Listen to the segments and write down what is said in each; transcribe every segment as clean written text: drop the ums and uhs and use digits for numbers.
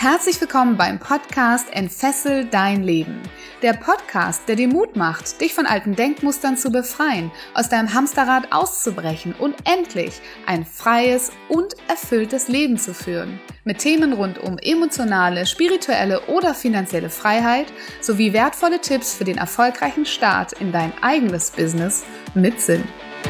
Herzlich willkommen beim Podcast Entfessel dein Leben. Der Podcast, der dir Mut macht, dich von alten Denkmustern zu befreien, aus deinem Hamsterrad auszubrechen und endlich ein freies und erfülltes Leben zu führen. Mit Themen rund um emotionale, spirituelle oder finanzielle Freiheit sowie wertvolle Tipps für den erfolgreichen Start in dein eigenes Business mit Sinn.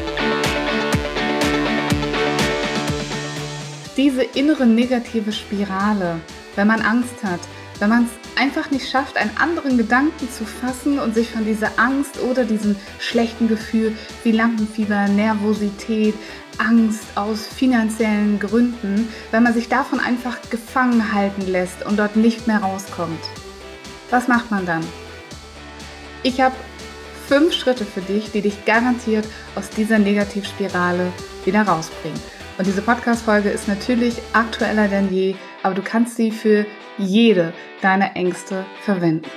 Diese innere negative Spirale, wenn man Angst hat, wenn man es einfach nicht schafft, einen anderen Gedanken zu fassen und sich von dieser Angst oder diesem schlechten Gefühl wie Lampenfieber, Nervosität, Angst aus finanziellen Gründen, wenn man sich davon einfach gefangen halten lässt und dort nicht mehr rauskommt. Was macht man dann? Ich habe 5 Schritte für dich, die dich garantiert aus dieser Negativspirale wieder rausbringen. Und diese Podcast-Folge ist natürlich aktueller denn je, aber du kannst sie für jede deiner Ängste verwenden.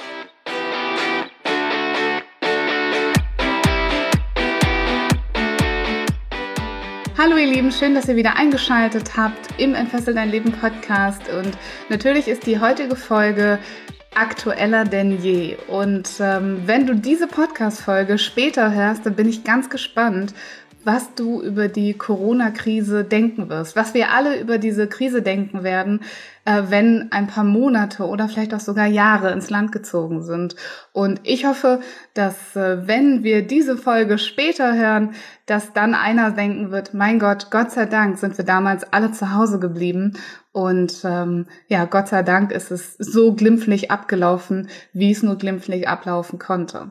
Hallo ihr Lieben, schön, dass ihr wieder eingeschaltet habt im Entfessel dein Leben Podcast. Und natürlich ist die heutige Folge aktueller denn je. Und wenn du diese Podcast-Folge später hörst, dann bin ich ganz gespannt, was du über die Corona-Krise denken wirst, was wir alle über diese Krise denken werden, wenn ein paar Monate oder vielleicht auch sogar Jahre ins Land gezogen sind. Und ich hoffe, dass wenn wir diese Folge später hören, dass dann einer denken wird, mein Gott, Gott sei Dank sind wir damals alle zu Hause geblieben und Gott sei Dank ist es so glimpflich abgelaufen, wie es nur glimpflich ablaufen konnte.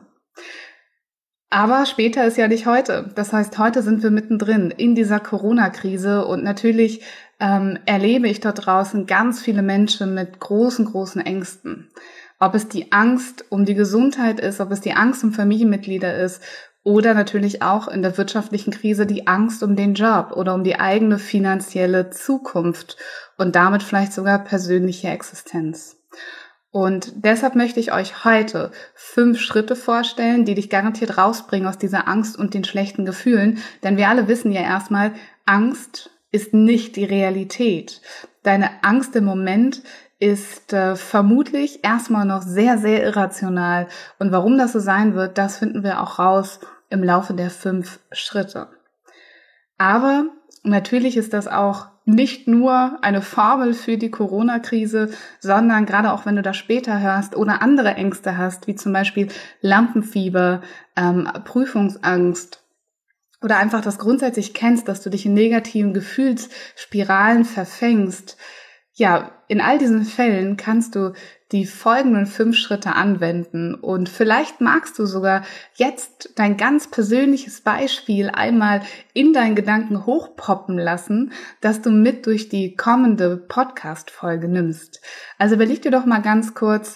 Aber später ist ja nicht heute. Das heißt, heute sind wir mittendrin in dieser Corona-Krise und natürlich erlebe ich dort draußen ganz viele Menschen mit großen Ängsten. Ob es die Angst um die Gesundheit ist, ob es die Angst um Familienmitglieder ist oder natürlich auch in der wirtschaftlichen Krise die Angst um den Job oder um die eigene finanzielle Zukunft und damit vielleicht sogar persönliche Existenz. Und deshalb möchte ich euch heute 5 Schritte vorstellen, die dich garantiert rausbringen aus dieser Angst und den schlechten Gefühlen. Denn wir alle wissen ja erstmal, Angst ist nicht die Realität. Deine Angst im Moment ist vermutlich erstmal noch sehr irrational. Und warum das so sein wird, das finden wir auch raus im Laufe der 5 Schritte. Aber natürlich ist das auch nicht nur eine Formel für die Corona-Krise, sondern gerade auch wenn du das später hörst oder andere Ängste hast, wie zum Beispiel Lampenfieber, Prüfungsangst oder einfach das grundsätzlich kennst, dass du dich in negativen Gefühlsspiralen verfängst. Ja, in all diesen Fällen kannst du die folgenden 5 Schritte anwenden und vielleicht magst du sogar jetzt dein ganz persönliches Beispiel einmal in deinen Gedanken hochpoppen lassen, dass du mit durch die kommende Podcast-Folge nimmst. Also überleg dir doch mal ganz kurz,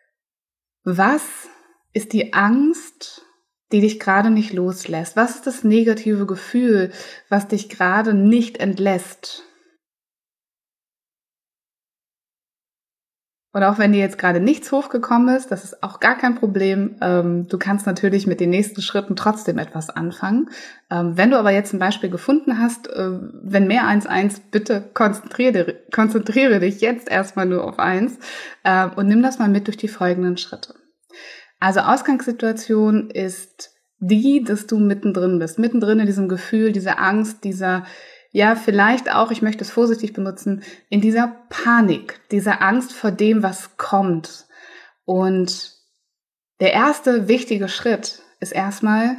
was ist die Angst, die dich gerade nicht loslässt? Was ist das negative Gefühl, was dich gerade nicht entlässt? Und auch wenn dir jetzt gerade nichts hochgekommen ist, das ist auch gar kein Problem. Du kannst natürlich mit den nächsten Schritten trotzdem etwas anfangen. Wenn du aber jetzt ein Beispiel gefunden hast, wenn mehr 1, bitte konzentriere dich jetzt erstmal nur auf 1 und nimm das mal mit durch die folgenden Schritte. Also Ausgangssituation ist die, dass du mittendrin bist, mittendrin in diesem Gefühl, dieser Angst, dieser vielleicht auch, ich möchte es vorsichtig benutzen, in dieser Panik, dieser Angst vor dem, was kommt. Und der erste wichtige Schritt ist erstmal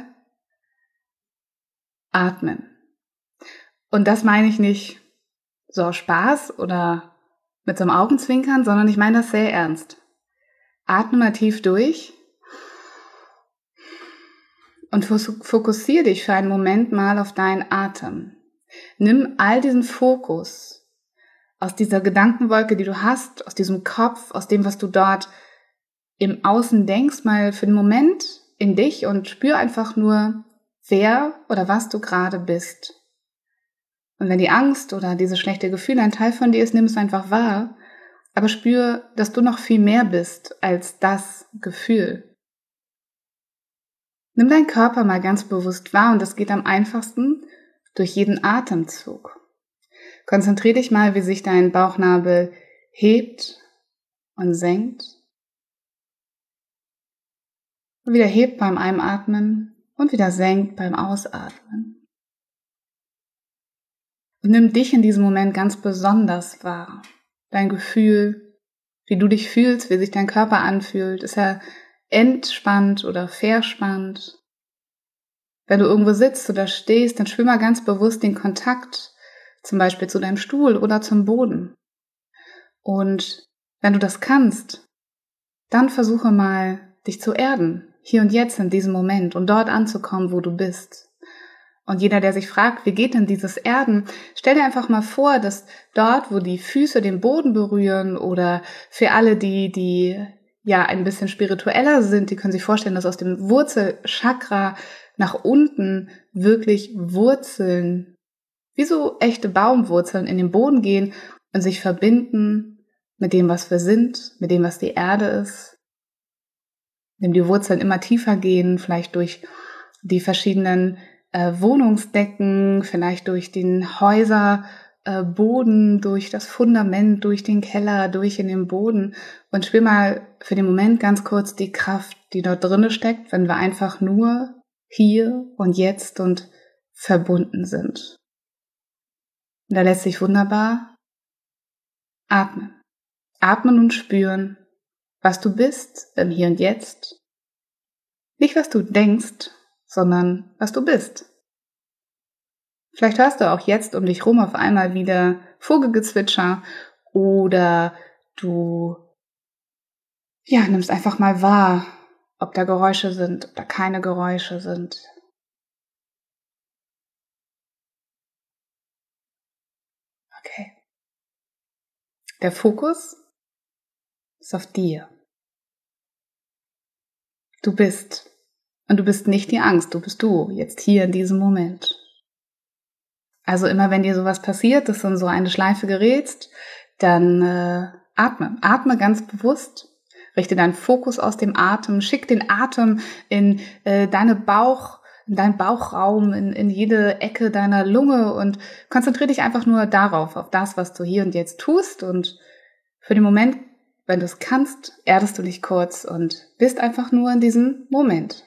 atmen. Und das meine ich nicht so aus Spaß oder mit so einem Augenzwinkern, sondern ich meine das sehr ernst. Atme mal tief durch und fokussiere dich für einen Moment mal auf deinen Atem. Nimm all diesen Fokus aus dieser Gedankenwolke, die du hast, aus diesem Kopf, aus dem, was du dort im Außen denkst, mal für den Moment in dich und spür einfach nur, wer oder was du gerade bist. Und wenn die Angst oder diese schlechte Gefühle ein Teil von dir ist, nimm es einfach wahr, aber spür, dass du noch viel mehr bist als das Gefühl. Nimm deinen Körper mal ganz bewusst wahr und das geht am einfachsten durch jeden Atemzug. Konzentrier dich mal, wie sich dein Bauchnabel hebt und senkt und wieder hebt beim Einatmen und wieder senkt beim Ausatmen. Und nimm dich in diesem Moment ganz besonders wahr. Dein Gefühl, wie du dich fühlst, wie sich dein Körper anfühlt. Ist er entspannt oder verspannt? Wenn du irgendwo sitzt oder stehst, dann spür mal ganz bewusst den Kontakt, zum Beispiel zu deinem Stuhl oder zum Boden. Und wenn du das kannst, dann versuche mal, dich zu erden, hier und jetzt in diesem Moment und dort anzukommen, wo du bist. Und jeder, der sich fragt, wie geht denn dieses Erden, stell dir einfach mal vor, dass dort, wo die Füße den Boden berühren oder für alle, die ja ein bisschen spiritueller sind, die können sich vorstellen, dass aus dem Wurzelchakra nach unten wirklich Wurzeln, wie so echte Baumwurzeln in den Boden gehen und sich verbinden mit dem, was wir sind, mit dem, was die Erde ist. Indem die Wurzeln immer tiefer gehen, vielleicht durch die verschiedenen Wohnungsdecken, vielleicht durch den Häuserboden, durch das Fundament, durch den Keller, durch in den Boden. Und spür mal für den Moment ganz kurz die Kraft, die dort drinne steckt, wenn wir einfach nur hier und jetzt und verbunden sind. Und da lässt sich wunderbar atmen. Atmen und spüren, was du bist im Hier und Jetzt. Nicht, was du denkst, sondern was du bist. Vielleicht hörst du auch jetzt um dich rum auf einmal wieder Vogelgezwitscher oder du nimmst einfach mal wahr, ob da Geräusche sind, ob da keine Geräusche sind. Okay. Der Fokus ist auf dir. Du bist. Und du bist nicht die Angst, du bist du, jetzt hier in diesem Moment. Also immer wenn dir sowas passiert, dass du in so eine Schleife gerätst, dann atme. Atme ganz bewusst. Richte deinen Fokus aus dem Atem. Schick den Atem in deinen Bauchraum, in jede Ecke deiner Lunge und konzentriere dich einfach nur darauf, auf das, was du hier und jetzt tust. Und für den Moment, wenn du es kannst, erdest du dich kurz und bist einfach nur in diesem Moment.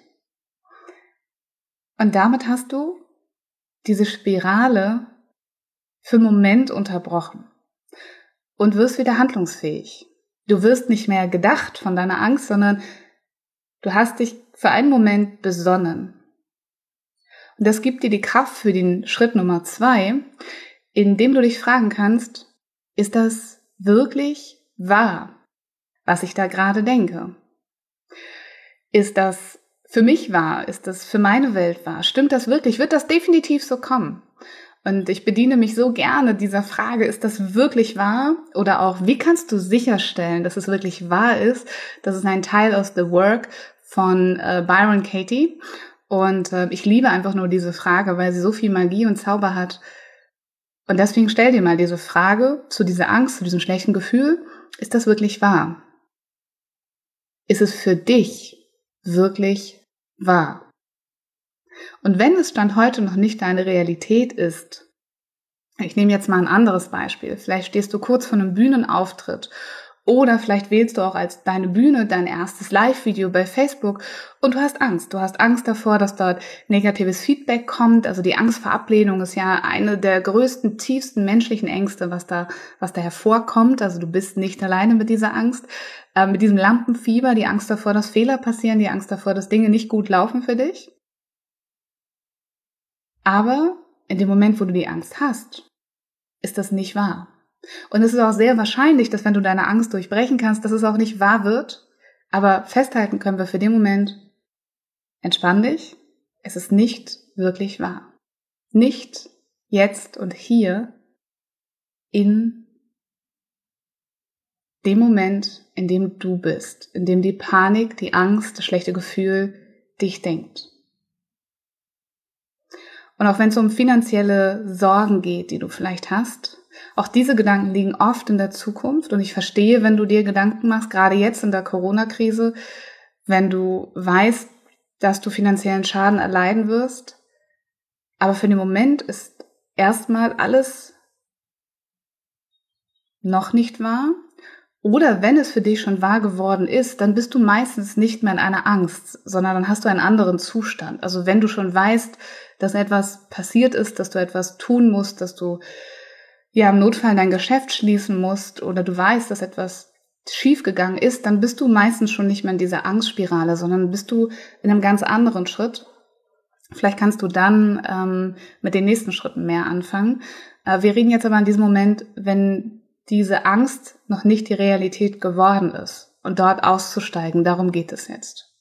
Und damit hast du diese Spirale für einen Moment unterbrochen und wirst wieder handlungsfähig. Du wirst nicht mehr gedacht von deiner Angst, sondern du hast dich für einen Moment besonnen. Und das gibt dir die Kraft für den Schritt Nummer 2, indem du dich fragen kannst, ist das wirklich wahr, was ich da gerade denke? Ist das für mich wahr? Ist das für meine Welt wahr? Stimmt das wirklich? Wird das definitiv so kommen? Und ich bediene mich so gerne dieser Frage, ist das wirklich wahr? Oder auch, wie kannst du sicherstellen, dass es wirklich wahr ist? Das ist ein Teil aus The Work von Byron Katie. Und ich liebe einfach nur diese Frage, weil sie so viel Magie und Zauber hat. Und deswegen stell dir mal diese Frage zu dieser Angst, zu diesem schlechten Gefühl. Ist das wirklich wahr? Ist es für dich wirklich wahr? Und wenn es Stand heute noch nicht deine Realität ist, ich nehme jetzt mal ein anderes Beispiel, vielleicht stehst du kurz vor einem Bühnenauftritt oder vielleicht wählst du auch als deine Bühne dein erstes Live-Video bei Facebook und du hast Angst. Du hast Angst davor, dass dort negatives Feedback kommt. Also die Angst vor Ablehnung ist ja eine der größten, tiefsten menschlichen Ängste, was da hervorkommt. Also du bist nicht alleine mit dieser Angst, mit diesem Lampenfieber, die Angst davor, dass Fehler passieren, die Angst davor, dass Dinge nicht gut laufen für dich. Aber in dem Moment, wo du die Angst hast, ist das nicht wahr. Und es ist auch sehr wahrscheinlich, dass wenn du deine Angst durchbrechen kannst, dass es auch nicht wahr wird. Aber festhalten können wir für den Moment, entspann dich, es ist nicht wirklich wahr. Nicht jetzt und hier in dem Moment, in dem du bist, in dem die Panik, die Angst, das schlechte Gefühl dich denkt. Und auch wenn es um finanzielle Sorgen geht, die du vielleicht hast, auch diese Gedanken liegen oft in der Zukunft. Und ich verstehe, wenn du dir Gedanken machst, gerade jetzt in der Corona-Krise, wenn du weißt, dass du finanziellen Schaden erleiden wirst. Aber für den Moment ist erstmal alles noch nicht wahr. Oder wenn es für dich schon wahr geworden ist, dann bist du meistens nicht mehr in einer Angst, sondern dann hast du einen anderen Zustand. Also wenn du schon weißt, dass etwas passiert ist, dass du etwas tun musst, dass du im Notfall dein Geschäft schließen musst oder du weißt, dass etwas schiefgegangen ist, dann bist du meistens schon nicht mehr in dieser Angstspirale, sondern bist du in einem ganz anderen Schritt. Vielleicht kannst du dann mit den nächsten Schritten mehr anfangen. Wir reden jetzt aber in diesem Moment, wenn diese Angst noch nicht die Realität geworden ist und dort auszusteigen, darum geht es jetzt.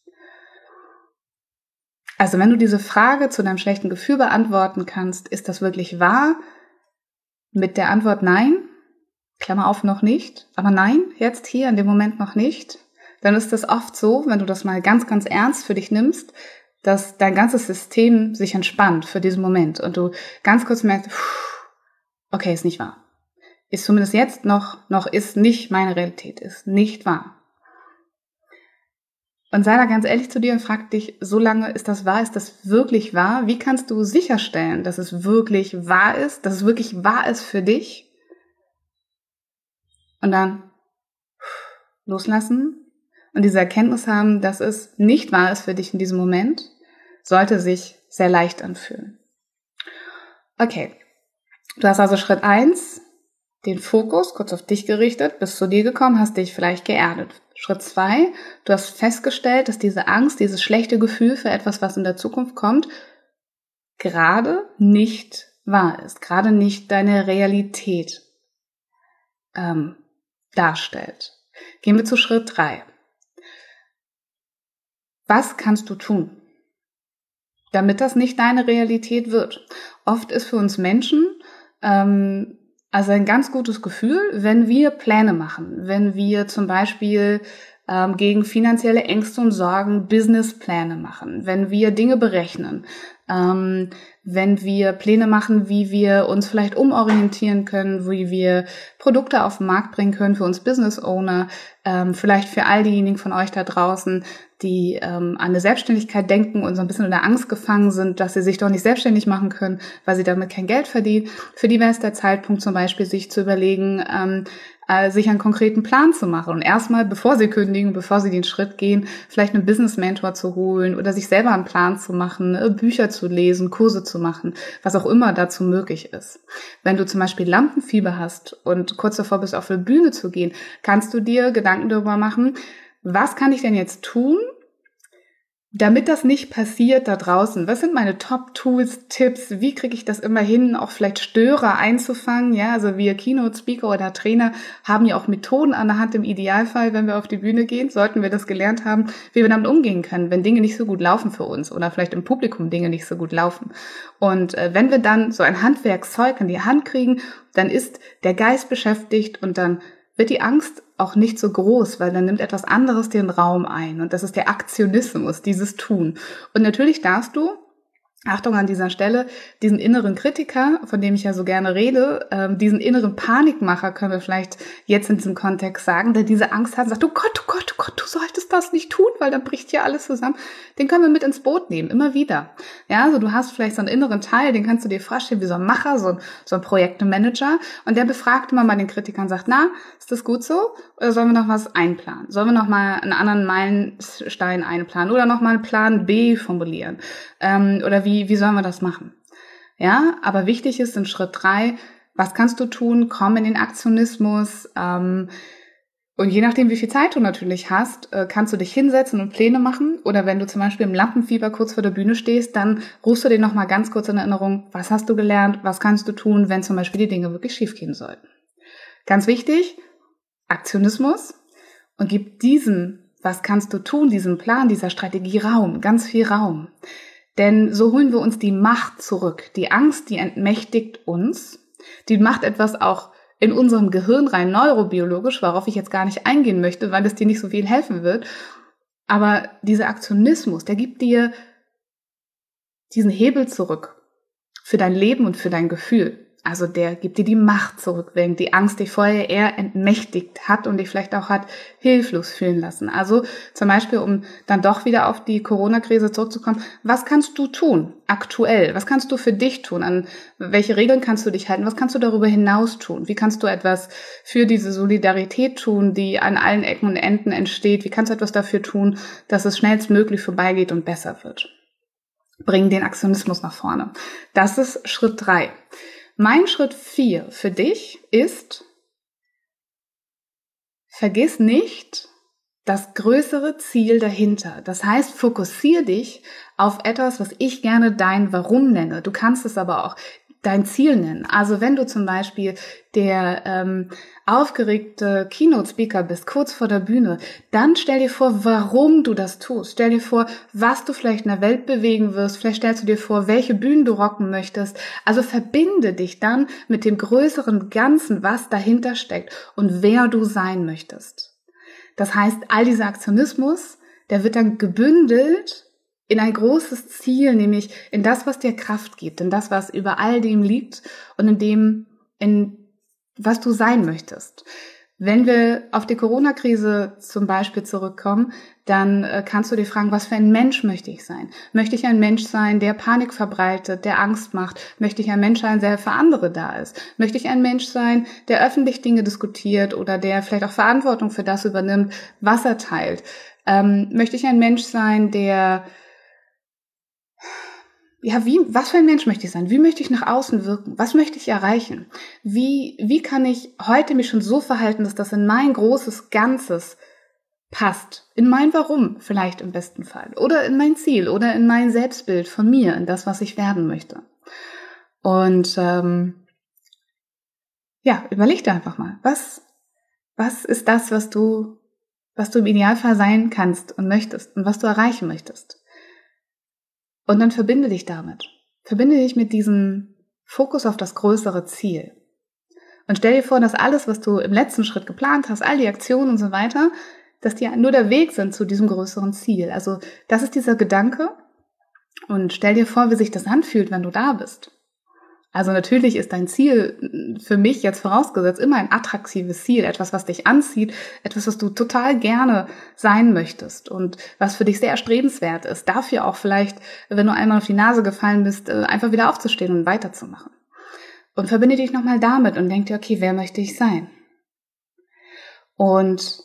Also wenn du diese Frage zu deinem schlechten Gefühl beantworten kannst, ist das wirklich wahr? Mit der Antwort nein, Klammer auf, noch nicht, aber nein, jetzt hier in dem Moment noch nicht, dann ist das oft so, wenn du das mal ganz, ganz ernst für dich nimmst, dass dein ganzes System sich entspannt für diesen Moment und du ganz kurz merkst, okay, ist nicht wahr. Ist zumindest jetzt noch ist nicht meine Realität, ist nicht wahr. Und sei da ganz ehrlich zu dir und frag dich, so lange ist das wahr, ist das wirklich wahr? Wie kannst du sicherstellen, dass es wirklich wahr ist, dass es wirklich wahr ist für dich? Und dann loslassen und diese Erkenntnis haben, dass es nicht wahr ist für dich in diesem Moment, sollte sich sehr leicht anfühlen. Okay, du hast also Schritt 1, den Fokus kurz auf dich gerichtet, bist zu dir gekommen, hast dich vielleicht geerdet. Schritt 2, du hast festgestellt, dass diese Angst, dieses schlechte Gefühl für etwas, was in der Zukunft kommt, gerade nicht wahr ist, gerade nicht deine Realität darstellt. Gehen wir zu Schritt 3. Was kannst du tun, damit das nicht deine Realität wird? Oft ist für uns Menschen also ein ganz gutes Gefühl, wenn wir Pläne machen, wenn wir zum Beispiel gegen finanzielle Ängste und Sorgen Businesspläne machen, wenn wir Dinge berechnen, wenn wir Pläne machen, wie wir uns vielleicht umorientieren können, wie wir Produkte auf den Markt bringen können für uns Business Owner, vielleicht für all diejenigen von euch da draußen, die an eine Selbstständigkeit denken und so ein bisschen in der Angst gefangen sind, dass sie sich doch nicht selbstständig machen können, weil sie damit kein Geld verdienen. Für die wäre es der Zeitpunkt zum Beispiel, sich zu überlegen, sich einen konkreten Plan zu machen und erstmal, bevor sie kündigen, bevor sie den Schritt gehen, vielleicht einen Business-Mentor zu holen oder sich selber einen Plan zu machen, Bücher zu lesen, Kurse zu machen, was auch immer dazu möglich ist. Wenn du zum Beispiel Lampenfieber hast und kurz davor bist, auf eine Bühne zu gehen, kannst du dir Gedanken darüber machen, was kann ich denn jetzt tun, damit das nicht passiert da draußen? Was sind meine Top-Tools, Tipps? Wie kriege ich das immer hin, auch vielleicht Störer einzufangen? Ja, also wir Keynote-Speaker oder Trainer haben ja auch Methoden an der Hand im Idealfall, wenn wir auf die Bühne gehen, sollten wir das gelernt haben, wie wir damit umgehen können, wenn Dinge nicht so gut laufen für uns oder vielleicht im Publikum Dinge nicht so gut laufen. Und wenn wir dann so ein Handwerkszeug in die Hand kriegen, dann ist der Geist beschäftigt und dann wird die Angst auch nicht so groß, weil dann nimmt etwas anderes den Raum ein. Und das ist der Aktionismus, dieses Tun. Und natürlich darfst du, Achtung an dieser Stelle, diesen inneren Kritiker, von dem ich ja so gerne rede, diesen inneren Panikmacher, können wir vielleicht jetzt in diesem Kontext sagen, der diese Angst hat und sagt, oh Gott, oh Gott, oh Gott, du solltest das nicht tun, weil dann bricht hier alles zusammen. Den können wir mit ins Boot nehmen, immer wieder. Ja, also du hast vielleicht so einen inneren Teil, den kannst du dir vorstellen wie so ein Macher, so ein Projektmanager, und der befragt immer mal den Kritiker und sagt, na, ist das gut so? Oder sollen wir noch was einplanen? Sollen wir noch mal einen anderen Meilenstein einplanen? Oder noch mal einen Plan B formulieren? Oder wie sollen wir das machen? Ja, aber wichtig ist in Schritt 3, was kannst du tun? Komm in den Aktionismus. Und je nachdem, wie viel Zeit du natürlich hast, kannst du dich hinsetzen und Pläne machen. Oder wenn du zum Beispiel im Lampenfieber kurz vor der Bühne stehst, dann rufst du dir noch mal ganz kurz in Erinnerung, was hast du gelernt? Was kannst du tun, wenn zum Beispiel die Dinge wirklich schief gehen sollten? Ganz wichtig, Aktionismus, und gib diesem, was kannst du tun, diesem Plan, dieser Strategie Raum, ganz viel Raum. Denn so holen wir uns die Macht zurück. Die Angst, die entmächtigt uns. Die macht etwas auch in unserem Gehirn rein neurobiologisch, worauf ich jetzt gar nicht eingehen möchte, weil es dir nicht so viel helfen wird. Aber dieser Aktionismus, der gibt dir diesen Hebel zurück für dein Leben und für dein Gefühl. Also der gibt dir die Macht zurück, während die Angst dich vorher eher entmächtigt hat und dich vielleicht auch hat hilflos fühlen lassen. Also zum Beispiel, um dann doch wieder auf die Corona-Krise zurückzukommen, was kannst du tun aktuell? Was kannst du für dich tun? An welche Regeln kannst du dich halten? Was kannst du darüber hinaus tun? Wie kannst du etwas für diese Solidarität tun, die an allen Ecken und Enden entsteht? Wie kannst du etwas dafür tun, dass es schnellstmöglich vorbeigeht und besser wird? Bring den Aktionismus nach vorne. Das ist Schritt 3. Mein Schritt 4 für dich ist, vergiss nicht das größere Ziel dahinter. Das heißt, fokussier dich auf etwas, was ich gerne dein Warum nenne. Du kannst es aber auch dein Ziel nennen. Also wenn du zum Beispiel der aufgeregte Keynote-Speaker bist, kurz vor der Bühne, dann stell dir vor, warum du das tust. Stell dir vor, was du vielleicht in der Welt bewegen wirst. Vielleicht stellst du dir vor, welche Bühnen du rocken möchtest. Also verbinde dich dann mit dem größeren Ganzen, was dahinter steckt und wer du sein möchtest. Das heißt, all dieser Aktionismus, der wird dann gebündelt in ein großes Ziel, nämlich in das, was dir Kraft gibt, in das, was über all dem liegt und in was du sein möchtest. Wenn wir auf die Corona-Krise zum Beispiel zurückkommen, dann kannst du dir fragen, was für ein Mensch möchte ich sein? Möchte ich ein Mensch sein, der Panik verbreitet, der Angst macht? Möchte ich ein Mensch sein, der für andere da ist? Möchte ich ein Mensch sein, der öffentlich Dinge diskutiert oder der vielleicht auch Verantwortung für das übernimmt, was er teilt? Möchte ich ein Mensch sein, der was für ein Mensch möchte ich sein? Wie möchte ich nach außen wirken? Was möchte ich erreichen? Wie kann ich heute mich schon so verhalten, dass das in mein großes Ganzes passt? In mein Warum vielleicht im besten Fall. Oder in mein Ziel oder in mein Selbstbild von mir, in das, was ich werden möchte. Und überleg dir einfach mal, was ist das, was du im Idealfall sein kannst und möchtest und was du erreichen möchtest? Und dann verbinde dich damit. Verbinde dich mit diesem Fokus auf das größere Ziel. Und stell dir vor, dass alles, was du im letzten Schritt geplant hast, all die Aktionen und so weiter, dass die nur der Weg sind zu diesem größeren Ziel. Also das ist dieser Gedanke. Und stell dir vor, wie sich das anfühlt, wenn du da bist. Also natürlich ist dein Ziel für mich jetzt vorausgesetzt immer ein attraktives Ziel, etwas, was dich anzieht, etwas, was du total gerne sein möchtest und was für dich sehr erstrebenswert ist. Dafür auch vielleicht, wenn du einmal auf die Nase gefallen bist, einfach wieder aufzustehen und weiterzumachen. Und verbinde dich nochmal damit und denk dir, okay, wer möchte ich sein? Und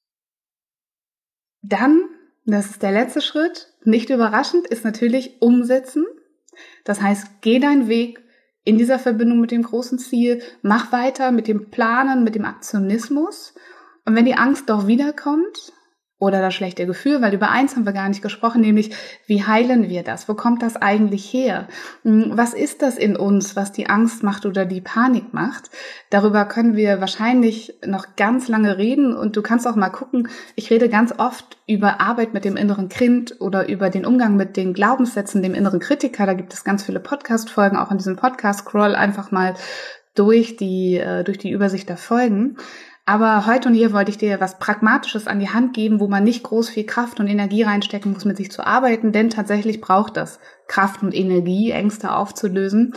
dann, das ist der letzte Schritt, nicht überraschend, ist natürlich umsetzen. Das heißt, geh deinen Weg in dieser Verbindung mit dem großen Ziel, mach weiter mit dem Planen, mit dem Aktionismus. Und wenn die Angst doch wiederkommt oder das schlechte Gefühl, weil über eins haben wir gar nicht gesprochen, nämlich wie heilen wir das? Wo kommt das eigentlich her? Was ist das in uns, was die Angst macht oder die Panik macht? Darüber können wir wahrscheinlich noch ganz lange reden und du kannst auch mal gucken, ich rede ganz oft über Arbeit mit dem inneren Kind oder über den Umgang mit den Glaubenssätzen, dem inneren Kritiker. Da gibt es ganz viele Podcast-Folgen, auch in diesem Podcast-Scroll einfach mal durch die Übersicht der Folgen. Aber heute und hier wollte ich dir was Pragmatisches an die Hand geben, wo man nicht groß viel Kraft und Energie reinstecken muss, mit sich zu arbeiten, denn tatsächlich braucht das Kraft und Energie, Ängste aufzulösen.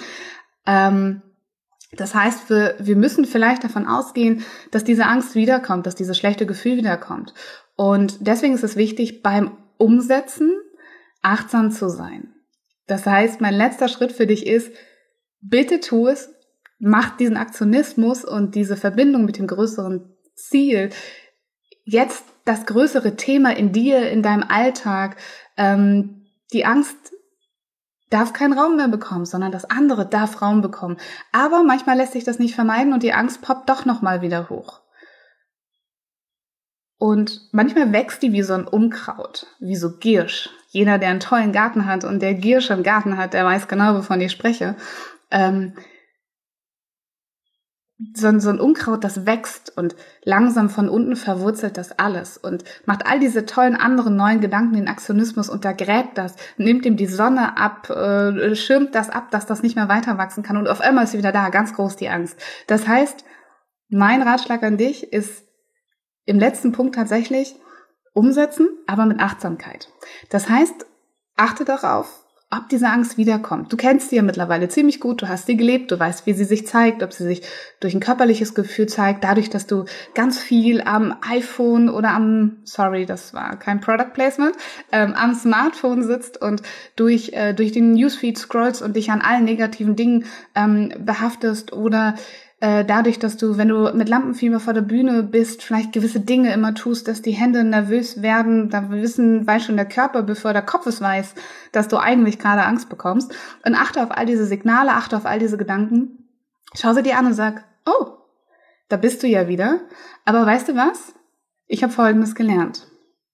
Das heißt, wir müssen vielleicht davon ausgehen, dass diese Angst wiederkommt, dass dieses schlechte Gefühl wiederkommt. Und deswegen ist es wichtig, beim Umsetzen achtsam zu sein. Das heißt, mein letzter Schritt für dich ist, bitte tu es, mach diesen Aktionismus und diese Verbindung mit dem größeren Ziel jetzt das größere Thema in dir, in deinem Alltag. Die Angst darf keinen Raum mehr bekommen, sondern das andere darf Raum bekommen. Aber manchmal lässt sich das nicht vermeiden und die Angst poppt doch nochmal wieder hoch. Und manchmal wächst die wie so ein Unkraut, wie so Giersch. Jeder, der einen tollen Garten hat und der Giersch im Garten hat, der weiß genau, wovon ich spreche. So ein Unkraut, das wächst und langsam von unten verwurzelt das alles und macht all diese tollen anderen neuen Gedanken, den Aktionismus, untergräbt das, nimmt ihm die Sonne ab, schirmt das ab, dass das nicht mehr weiter wachsen kann und auf einmal ist sie wieder da, ganz groß die Angst. Das heißt, mein Ratschlag an dich ist im letzten Punkt tatsächlich umsetzen, aber mit Achtsamkeit. Das heißt, achte darauf, ob diese Angst wiederkommt. Du kennst sie ja mittlerweile ziemlich gut, du hast sie gelebt, du weißt, wie sie sich zeigt, ob sie sich durch ein körperliches Gefühl zeigt, dadurch, dass du ganz viel am iPhone oder das war kein Product Placement, am Smartphone sitzt und durch den Newsfeed scrollst und dich an allen negativen Dingen behaftest oder dadurch, dass du, wenn du mit Lampenfieber vor der Bühne bist, vielleicht gewisse Dinge immer tust, dass die Hände nervös werden, da weiß schon der Körper, bevor der Kopf es weiß, dass du eigentlich gerade Angst bekommst. Und achte auf all diese Signale, achte auf all diese Gedanken, schau sie dir an und sag, oh, da bist du ja wieder. Aber weißt du was? Ich habe Folgendes gelernt.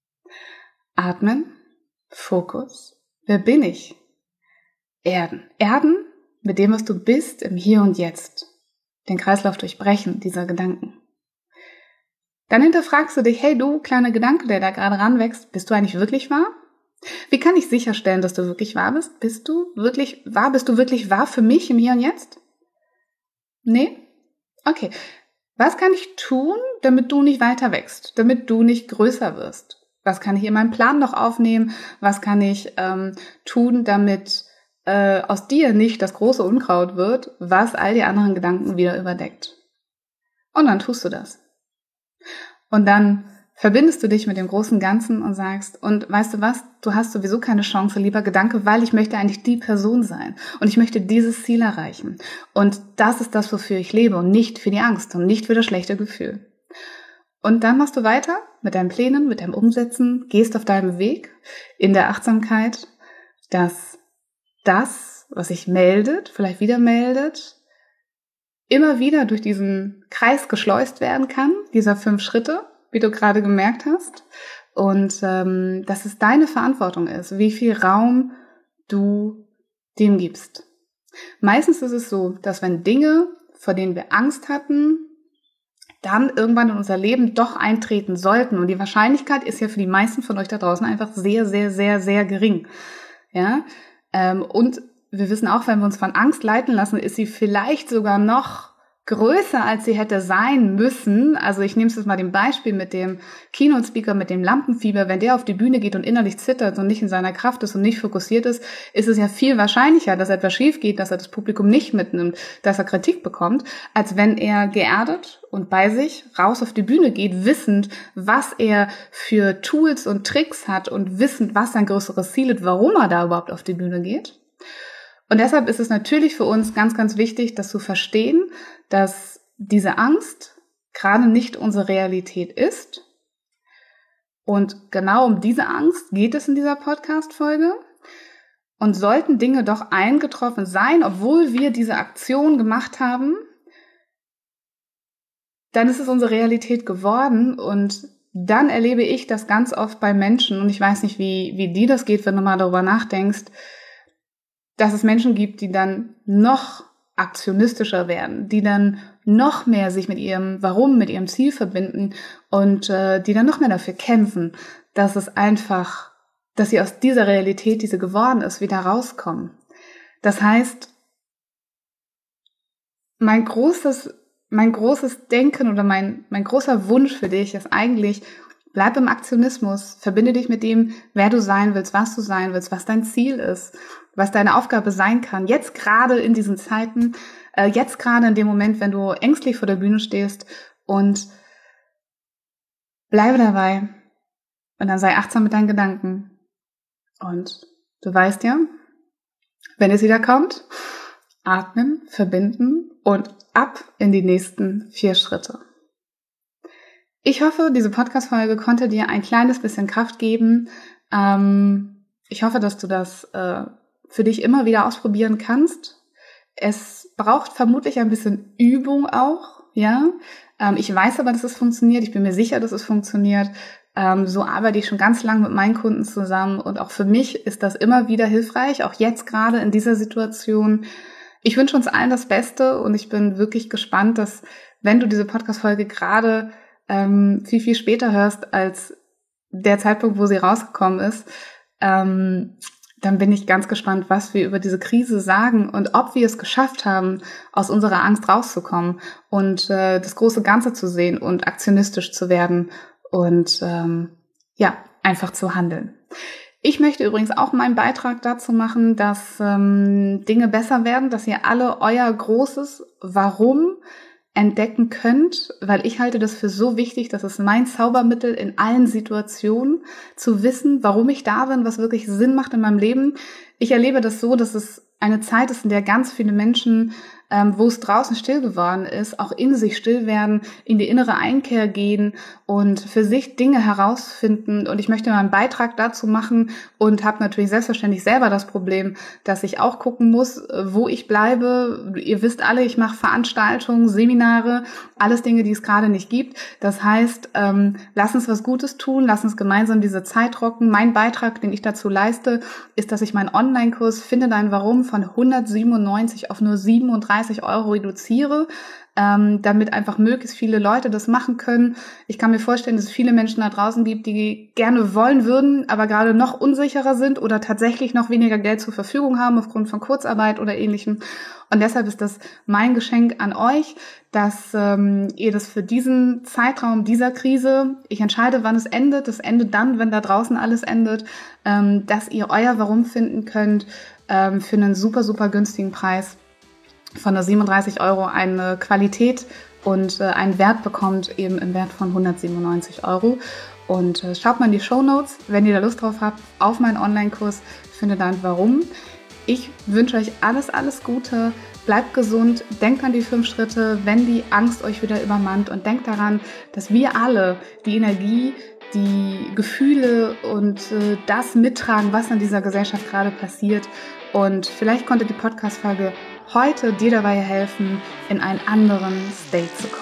Atmen, Fokus, wer bin ich? Erden mit dem, was du bist im Hier und Jetzt. Den Kreislauf durchbrechen dieser Gedanken. Dann hinterfragst du dich, hey du, kleiner Gedanke, der da gerade ranwächst, bist du eigentlich wirklich wahr? Wie kann ich sicherstellen, dass du wirklich wahr bist? Bist du wirklich wahr? Bist du wirklich wahr für mich im Hier und Jetzt? Nee? Okay. Was kann ich tun, damit du nicht weiter wächst, damit du nicht größer wirst? Was kann ich in meinen Plan noch aufnehmen? Was kann ich tun, damit aus dir nicht das große Unkraut wird, was all die anderen Gedanken wieder überdeckt? Und dann tust du das. Und dann verbindest du dich mit dem großen Ganzen und sagst, und weißt du was, du hast sowieso keine Chance, lieber Gedanke, weil ich möchte eigentlich die Person sein und ich möchte dieses Ziel erreichen. Und das ist das, wofür ich lebe und nicht für die Angst und nicht für das schlechte Gefühl. Und dann machst du weiter mit deinen Plänen, mit deinem Umsetzen, gehst auf deinem Weg in der Achtsamkeit, dass das, was sich meldet, vielleicht wieder meldet, immer wieder durch diesen Kreis geschleust werden kann, dieser 5 Schritte, wie du gerade gemerkt hast. Und dass es deine Verantwortung ist, wie viel Raum du dem gibst. Meistens ist es so, dass wenn Dinge, vor denen wir Angst hatten, dann irgendwann in unser Leben doch eintreten sollten. Und die Wahrscheinlichkeit ist ja für die meisten von euch da draußen einfach sehr, sehr, sehr, sehr gering. Ja. Und wir wissen auch, wenn wir uns von Angst leiten lassen, ist sie vielleicht sogar noch größer, als sie hätte sein müssen. Also ich nehme es jetzt mal dem Beispiel mit dem Keynote-Speaker, mit dem Lampenfieber. Wenn der auf die Bühne geht und innerlich zittert und nicht in seiner Kraft ist und nicht fokussiert ist, ist es ja viel wahrscheinlicher, dass etwas schief geht, dass er das Publikum nicht mitnimmt, dass er Kritik bekommt, als wenn er geerdet und bei sich raus auf die Bühne geht, wissend, was er für Tools und Tricks hat und wissend, was sein größeres Ziel ist, warum er da überhaupt auf die Bühne geht. Und deshalb ist es natürlich für uns ganz, ganz wichtig, das zu verstehen, dass diese Angst gerade nicht unsere Realität ist. Und genau um diese Angst geht es in dieser Podcast-Folge. Und sollten Dinge doch eingetroffen sein, obwohl wir diese Aktion gemacht haben, dann ist es unsere Realität geworden. Und dann erlebe ich das ganz oft bei Menschen. Und ich weiß nicht, wie dir das geht, wenn du mal darüber nachdenkst, dass es Menschen gibt, die dann noch aktionistischer werden, die dann noch mehr sich mit ihrem Warum, mit ihrem Ziel verbinden und die dann noch mehr dafür kämpfen, dass sie aus dieser Realität, die sie geworden ist, wieder rauskommen. Das heißt, mein großes Denken oder mein großer Wunsch für dich ist eigentlich, bleib im Aktionismus, verbinde dich mit dem, wer du sein willst, was dein Ziel ist, was deine Aufgabe sein kann. Jetzt gerade in diesen Zeiten, jetzt gerade in dem Moment, wenn du ängstlich vor der Bühne stehst, und bleibe dabei und dann sei achtsam mit deinen Gedanken. Und du weißt ja, wenn es wieder kommt, atmen, verbinden und ab in die nächsten 4 Schritte. Ich hoffe, diese Podcast-Folge konnte dir ein kleines bisschen Kraft geben. Ich hoffe, dass du das für dich immer wieder ausprobieren kannst. Es braucht vermutlich ein bisschen Übung auch, ja. Ich weiß aber, dass es funktioniert. Ich bin mir sicher, dass es funktioniert. So arbeite ich schon ganz lange mit meinen Kunden zusammen und auch für mich ist das immer wieder hilfreich, auch jetzt gerade in dieser Situation. Ich wünsche uns allen das Beste und ich bin wirklich gespannt, dass, wenn du diese Podcast-Folge gerade viel, viel später hörst als der Zeitpunkt, wo sie rausgekommen ist, dann bin ich ganz gespannt, was wir über diese Krise sagen und ob wir es geschafft haben, aus unserer Angst rauszukommen und das große Ganze zu sehen und aktionistisch zu werden und einfach zu handeln. Ich möchte übrigens auch meinen Beitrag dazu machen, dass Dinge besser werden, dass ihr alle euer großes Warum entdecken könnt, weil ich halte das für so wichtig, das ist mein Zaubermittel in allen Situationen, zu wissen, warum ich da bin, was wirklich Sinn macht in meinem Leben. Ich erlebe das so, dass es eine Zeit ist, in der ganz viele Menschen, wo es draußen still geworden ist, auch in sich still werden, in die innere Einkehr gehen und für sich Dinge herausfinden. Und ich möchte mal einen Beitrag dazu machen und habe natürlich selbstverständlich selber das Problem, dass ich auch gucken muss, wo ich bleibe. Ihr wisst alle, ich mache Veranstaltungen, Seminare, alles Dinge, die es gerade nicht gibt. Das heißt, lass uns was Gutes tun, lass uns gemeinsam diese Zeit rocken. Mein Beitrag, den ich dazu leiste, ist, dass ich meinen Online-Kurs Finde dein Warum von 197 auf nur 37 € reduziere, damit einfach möglichst viele Leute das machen können. Ich kann mir vorstellen, dass es viele Menschen da draußen gibt, die gerne wollen würden, aber gerade noch unsicherer sind oder tatsächlich noch weniger Geld zur Verfügung haben aufgrund von Kurzarbeit oder Ähnlichem. Und deshalb ist das mein Geschenk an euch, dass ihr das für diesen Zeitraum dieser Krise, ich entscheide, wann es endet, das endet dann, wenn da draußen alles endet, dass ihr euer Warum finden könnt für einen super, super günstigen Preis. Von der 37 € eine Qualität und einen Wert bekommt, eben im Wert von 197 €. Und schaut mal in die Shownotes, wenn ihr da Lust drauf habt, auf meinen Online-Kurs Finde dein Warum. Ich wünsche euch alles, alles Gute, bleibt gesund, denkt an die 5 Schritte, wenn die Angst euch wieder übermannt und denkt daran, dass wir alle die Energie, die Gefühle und das mittragen, was in dieser Gesellschaft gerade passiert. Und vielleicht konnte die Podcast-Folge heute dir dabei helfen, in einen anderen State zu kommen.